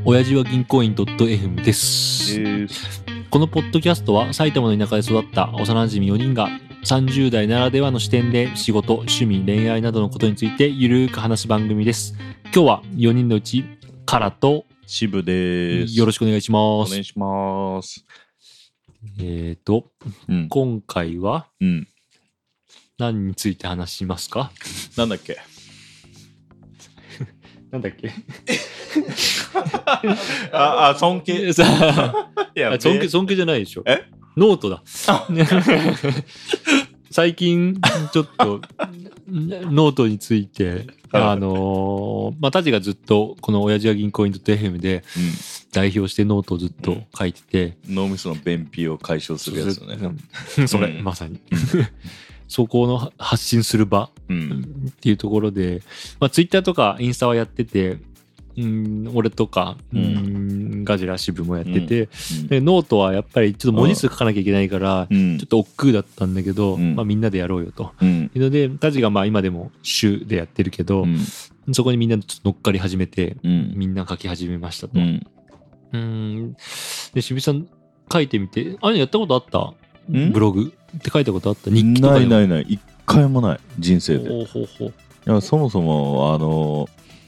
親父は銀行員 .fm です。このポッドキャストは埼玉の田舎で育った幼馴染4人が30代ならではの視点で仕事、趣味、恋愛などのことについてゆるーく話す番組です。今日は4人のうちカラと渋です。 よろしくお願いします。 お願いします。 今回は何について話しますか？ なんだっけなんだっけ尊敬いや尊敬じゃないでしょ。ノートだ。最近ちょっとノートについてタジがずっとこの親父は銀行員 .fm で代表してノートをずっと書いてて、 脳みその便秘を解消するやつね。 それ、まさにそこの発信する場っていうところで、ツイッターとかインスタはやってて、俺とかガジラ支部もやってて、でノートはやっぱりちょっと文字数書かなきゃいけないから、ちょっと億劫だったんだけど、みんなでやろうよと、いうのでタジが今でも週でやってるけど、そこにみんなちょっと乗っかり始めて、みんな書き始めましたと。で渋井さん書いてみて、あれやったことあった？ブログって書いたことあった？日記とかでも？ ない一回もない、人生で。いやそもそも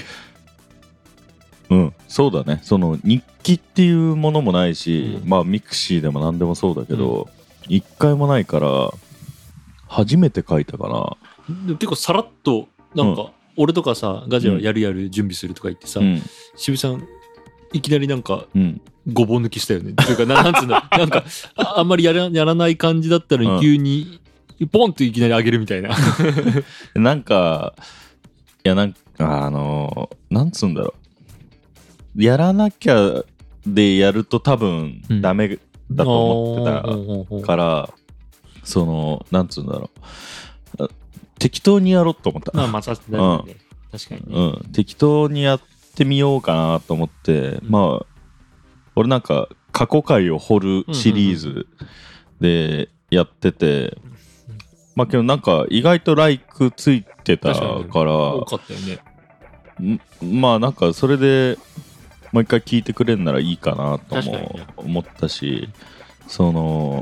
そうだね、その日記っていうものもないし、ミクシーでも何でもそうだけど、一回もないから初めて書いたかな。 で結構さらっとなんか、俺とかさガジラやる準備するとか言ってさ、渋井さんいきなりなんか、ごぼう抜きしたよね。というかなんつうのなんかあんまりやらない感じだったのに急にポンといきなり上げるみたいななんかなんつうんだろう、やらなきゃでやると多分ダメだと思ってたから、そのなんつうんだろう、適当にやろうと思った。 確かにね、 適当にやってみようかなと思って、俺なんか過去回を掘るシリーズでやってて、けどなんか意外とライクついてたから多かったよね。 なんかそれでもう一回聞いてくれるならいいかなとも思ったし、その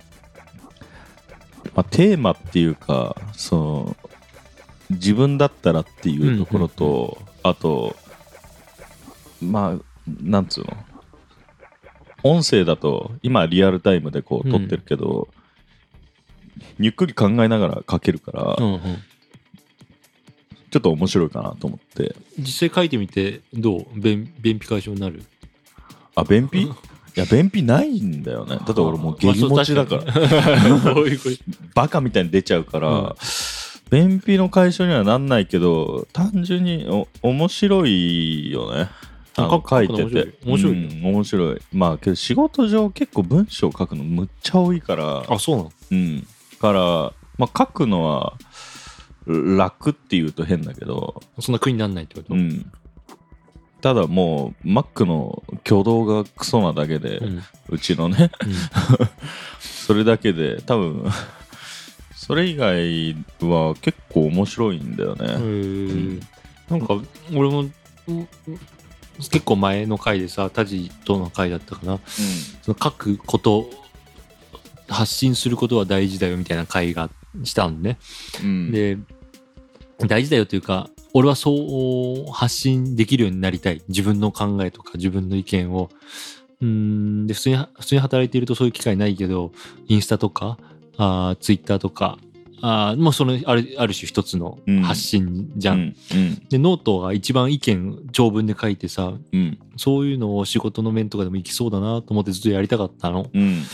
テーマっていうか、その自分だったらっていうところと、あとなんつうの、音声だと今リアルタイムでこう撮ってるけど、ゆっくり考えながら書けるから、ちょっと面白いかなと思って。 実際書いてみてどう？便秘解消になる？ 便秘？いや便秘ないんだよね。だって俺もう下痢持ちだからバカみたいに出ちゃうから、便秘の解消にはなんないけど、単純に面白いよね。書いてて面白い、面白い。けど仕事上結構文章書くのむっちゃ多いから。 あ、そうなの？ から書くのは楽っていうと変だけど、 そんな苦にならないってこと？ ただもう Mac の挙動がクソなだけで、うちのね、それだけで多分それ以外は結構面白いんだよね。 なんか俺も結構前の回でさ、タジとの回だったかな、その書くこと発信することは大事だよみたいな回がしたのね、で大事だよというか、俺はそう発信できるようになりたい。自分の考えとか自分の意見を。で普通に働いているとそういう機会ないけど、インスタとかツイッターとかもうそのある種一つの発信じゃん。でノートが一番意見長文で書いてさ、そういうのを仕事の面とかでもいきそうだなと思ってずっとやりたかったの。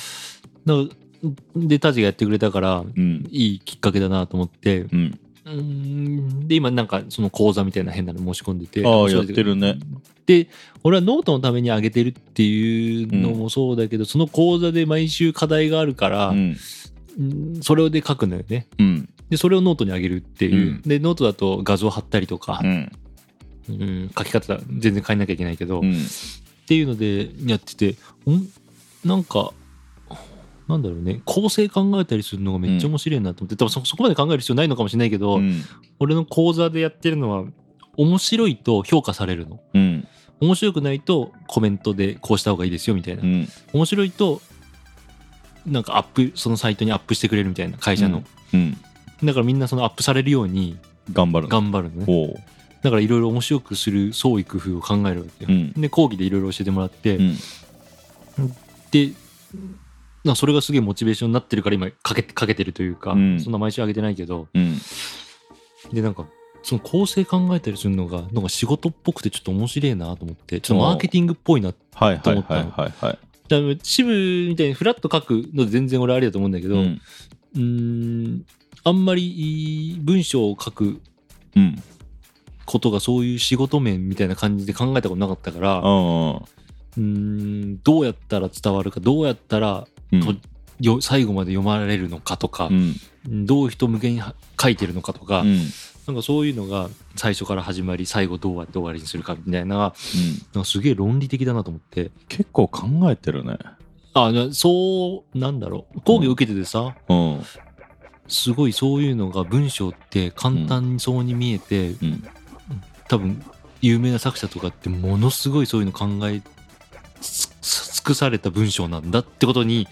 でタジがやってくれたから、いいきっかけだなと思って、で今なんかその講座みたいな変なの申し込んでて、 やってるね。 で俺はノートのために上げてるっていうのもそうだけど、その講座で毎週課題があるから、それで書くのよね。でそれをノートに上げるっていう、でノートだと画像貼ったりとか、書き方全然変えなきゃいけないけど、っていうのでやってて、なんかなんだろうね、構成考えたりするのがめっちゃ面白いなと思って、多分そこまで考える必要ないのかもしれないけど、俺の講座でやってるのは面白いと評価されるの、 面白くないとコメントでこうした方がいいですよみたいな、面白いとなんかそのサイトにアップしてくれるみたいな会社の、だからみんなそのアップされるように頑張るのね。だからいろいろ面白くする創意工夫を考えるわけよ、で講義でいろいろ教えてもらって、でそれがすげえモチベーションになってるから今かけてるというか、そんな毎週上げてないけど、でなんかその構成考えたりするのがなんか仕事っぽくてちょっと面白いなと思って、ちょっとマーケティングっぽいなと思ったの。支部みたいにフラッと書くので全然俺ありだと思うんだけど、あんまり文章を書くことがそういう仕事面みたいな感じで考えたことなかったから、どうやったら伝わるか、どうやったら最後まで読まれるのかとか、どういう人向けに書いてるのかとか、なんかそういうのが最初から始まり最後どうやって終わりにするかみたいなのが、なんかすげえ論理的だなと思って。 結構考えてるね。 そうなんだろう、講義受けててさ、すごいそういうのが文章って簡単そうに見えて、多分有名な作者とかってものすごいそういうの考え尽くされた文章なんだってことに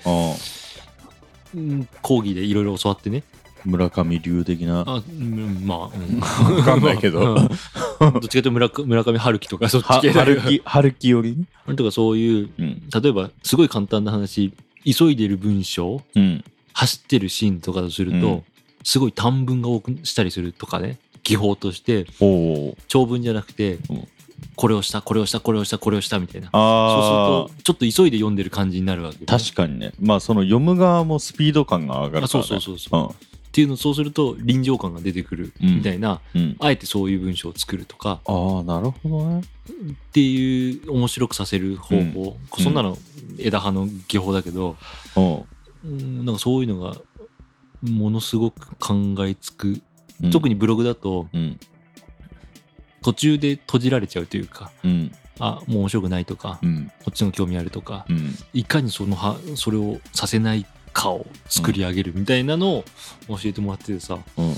講義でいろいろ教わってね。 村上龍的な。 まあ、 分かんないけどどっちかというと村上春樹とかそっち系だけど、 春樹よりとかそういう、例えばすごい簡単な話、急いでる文章、走ってるシーンとかとすると、すごい短文が多くしたりするとかね、技法として長文じゃなくて、これをしたこれをしたこれをしたこれをしたみたいな、そうするとちょっと急いで読んでる感じになるわけ、ね、 確かにね。まあその読む側もスピード感が上がるからね。 そうっていうの、そうすると臨場感が出てくるみたいな、あえてそういう文章を作るとか、 なるほどねっていう面白くさせる方法、そんなの枝葉の技法だけど、なんかそういうのがものすごく考えつく、特にブログだと、途中で閉じられちゃうというか、もう面白くないとか、こっちの興味あるとか、いかにそれをさせないかを作り上げるみたいなのを教えてもらっててさ、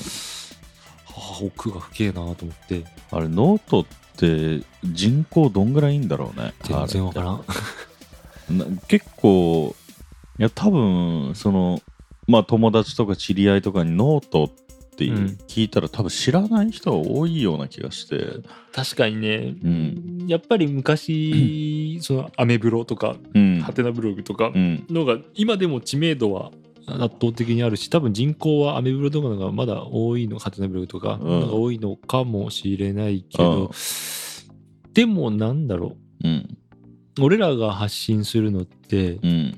奥が深えなと思って。 あれノートって人口どんぐらいいんだろうね。 全然わからん。 結構多分そのまあ友達とか知り合いとかにノートって聞いたら、多分知らない人が多いような気がして。 確かにね、やっぱり昔、そのアメブロとか、ハテナブログとかのが今でも知名度は圧倒的にあるし、多分人口はアメブロとかのがまだ多いの、ハテナブログとかのが多いのかもしれないけど、でもなんだろう、俺らが発信するのって、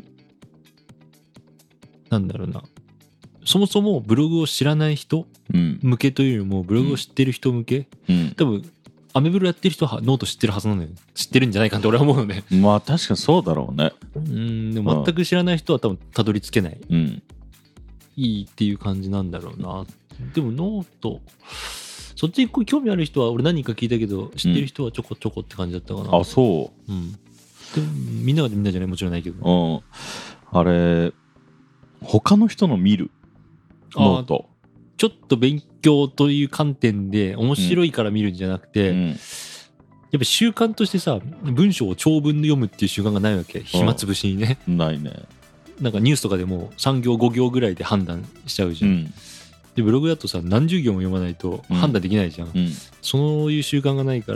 なんだろうな、そもそもブログを知らない人向けというよりもブログを知ってる人向け、多分アメブロやってる人はノート知ってるはずなのよ。知ってるんじゃないかって俺は思うのね。 まあ確かにそうだろうね。 でも全く知らない人は多分たどり着けない、いいっていう感じなんだろうな。でもノートそっちに興味ある人は俺何人か聞いたけど、知ってる人はちょこちょこって感じだったかな。 そう。 でもみんながみんなじゃない、もちろんないけど、 あれ他の人の見るノート、 ちょっと勉強という観点で面白いから見るんじゃなくて、やっぱ習慣としてさ、文章を長文で読むっていう習慣がないわけ。暇つぶしにね。 ないね。 なんかニュースとかでも3行5行ぐらいで判断しちゃうじゃん、でブログだとさ何十行も読まないと判断できないじゃん、そういう習慣がないから、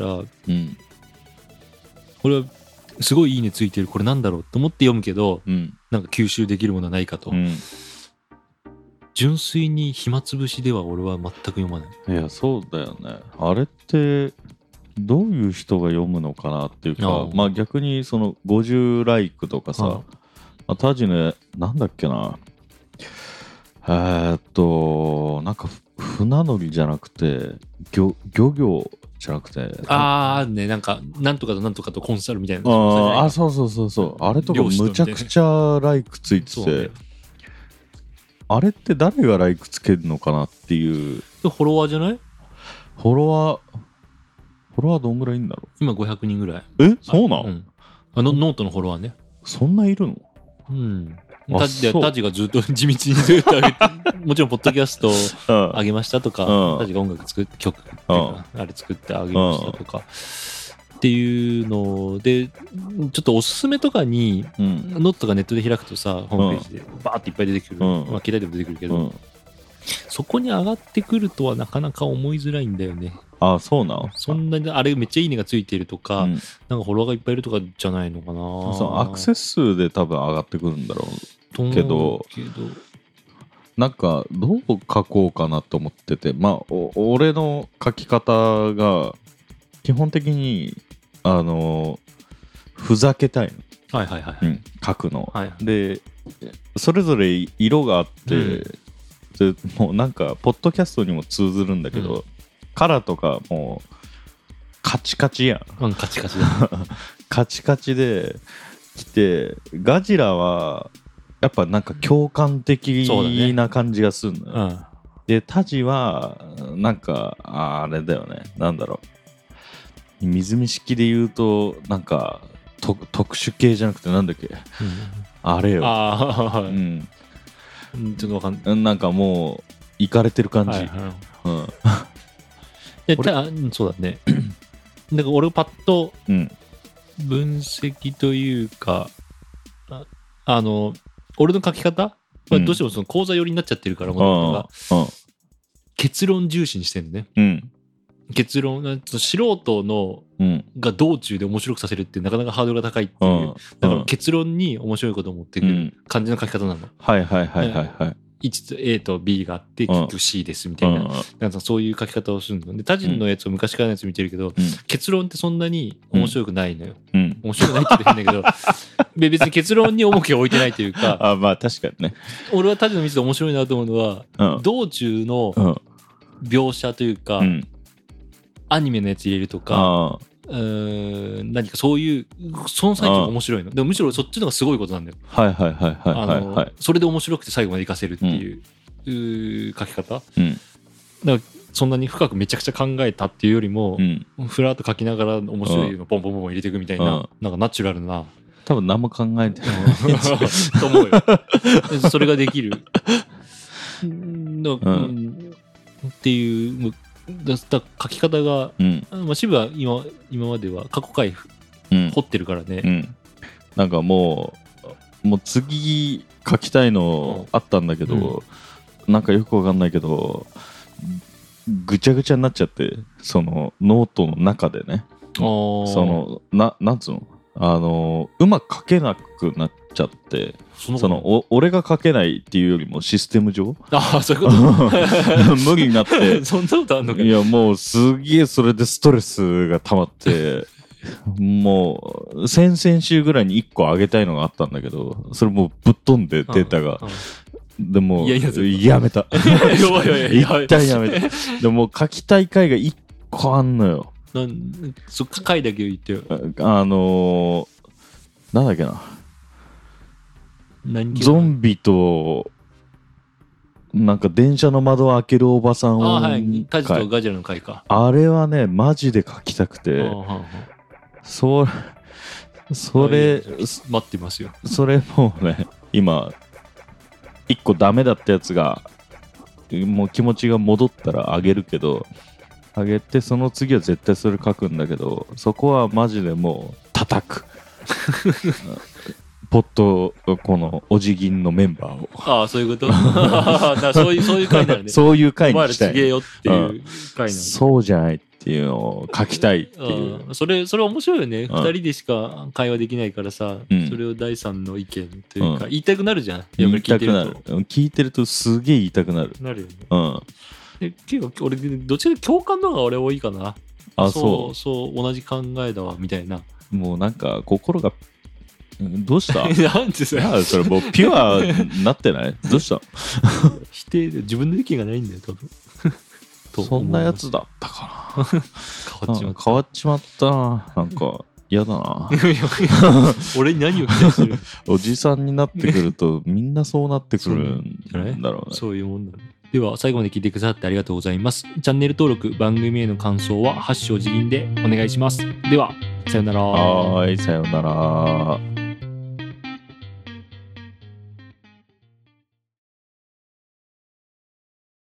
俺はすごいいいねついてる、これなんだろうと思って読むけど、なんか吸収できるものはないかと、純粋に暇つぶしでは俺は全く読まない。 いやそうだよね。あれってどういう人が読むのかなっていうか、まあ逆にその50ライクとかさ、タジのなんだっけな、なんか船乗りじゃなくて漁業じゃなくて、 ね、なんかなんとかとなんとかとコンサルみたいな、 そうあれとかむちゃくちゃライクついてて、あれって誰がライクつけるのかなっていう。 フォロワーじゃない？ フォロワーどんぐらいいんだろう。 今500人ぐらい。 そうなの？ ノートのフォロワーね。 そんないるの？ タジがずっと地道にずっと上げてもちろんポッドキャスト上げましたとか、タジが音楽作って曲っていうか、あれ作って上げましたとか、 っていうのでちょっとおすすめとかに、ノートとかネットで開くとさホームページでバーっていっぱい出てくる、まあ携帯でも出てくるけど、そこに上がってくるとはなかなか思いづらいんだよね。 あ、そうなの？ そんなにあれめっちゃいいねがついてるとか、なんかフォロワーがいっぱいいるとかじゃないのかな。 そのアクセス数で多分上がってくるんだろうけど、なんかどう書こうかなと思ってて、まあ俺の書き方が基本的にふざけたいの。 はいはいはい、 書くの、 はい、 でそれぞれ色があって、でもうなんかポッドキャストにも通ずるんだけど、カラーとかもうカチカチやん、 カチカチだカチカチで来て、ガジラはやっぱなんか共感的な感じがするのよ、でタジはなんかあれだよね、なんだろう、水見式で言うとなんか特殊系じゃなくてなんだっけ、あれよ、ちょっとわかんない、なんかもうイカれてる感じ、 そうだねなんか俺パッと分析というか、俺の書き方はどうしてもその講座寄りになっちゃってるから、結論重視にしてんのね、結論、素人のが道中で面白くさせるってなかなかハードルが高いっていう、だから結論に面白いことを持ってくる感じの書き方なの。 はいはいはいはいはい。 1と A と B があって結局 C ですみたいな、なんかそういう書き方をするので、他人のやつを昔からのやつ見てるけど、結論ってそんなに面白くないのよ、面白くないって言ってるんだけど別に結論に重きを置いてないというかあ、まあ確かにね。 俺は他人の見てて面白いなと思うのは、道中の描写というか、アニメのやつ入れるとか、何かそういうその最中が面白いのでも、むしろそっちのがすごいことなんだよ。 はいはいはいはいはい。 それで面白くて最後まで活かせるっていう書き方、だからそんなに深くめちゃくちゃ考えたっていうよりも、ふらっと書きながら面白いのポンポンポン入れていくみたいな、なんかナチュラルな、 多分何も考えてないと思うよそれができるっていうだ書き方が、まあ、渋は今までは過去回掘ってるからね、 なんかもう次書きたいのあったんだけど、なんかよくわかんないけどぐちゃぐちゃになっちゃって、そのノートの中でね、そのなんつうの、うまく書けなくなっちゃって、俺が書けないっていうよりもシステム上そういうこと無理になってそんなことあんのか。 いやもうすげえそれでストレスが溜まってもう先々週ぐらいに1個上げたいのがあったんだけど、それもうぶっ飛んでデータが、でもやめた一旦やめた。でも書きたい回が1個あんのよ。 そっか、回だけ言ってよ。 なんだっけな、ゾンビとなんか電車の窓を開けるおばさんを、 タジとガジラの回か。 あれはねマジで書きたくて、それ待ってますよ。 それもうね今1個ダメだったやつがもう気持ちが戻ったらあげるけど、あげてその次は絶対それ書くんだけど、そこはマジでもう叩くポットこのおじぎんのメンバーを。 そういうことだそういう回なのね。 そういう回にしたい。 お前らちげえよっていう回なの、 そうじゃないっていうのを書きたいっていう。 それ面白いよね。2人でしか会話できないからさ、それを第三の意見というか、言いたくなるじゃん。 言いたくなる。聞いてるとすげえ言いたくなる。 なるよね。結構俺どっちかと共感の方が俺多いかな。そう同じ考えだわみたいな。 もうなんか心がどうしたなんでさ、 それもうピュアなってないどうした否定で自分の意見がないんだよ多分そんなやつだったかな変わっちまったなんか嫌だな俺に何を期待するおじさんになってくるとみんなそうなってくるんだろうね。 そういうもんだね。では最後まで聞いてくださってありがとうございます。チャンネル登録、番組への感想はハッシュおじぎんでお願いします。ではさよなら。 はい、さよなら。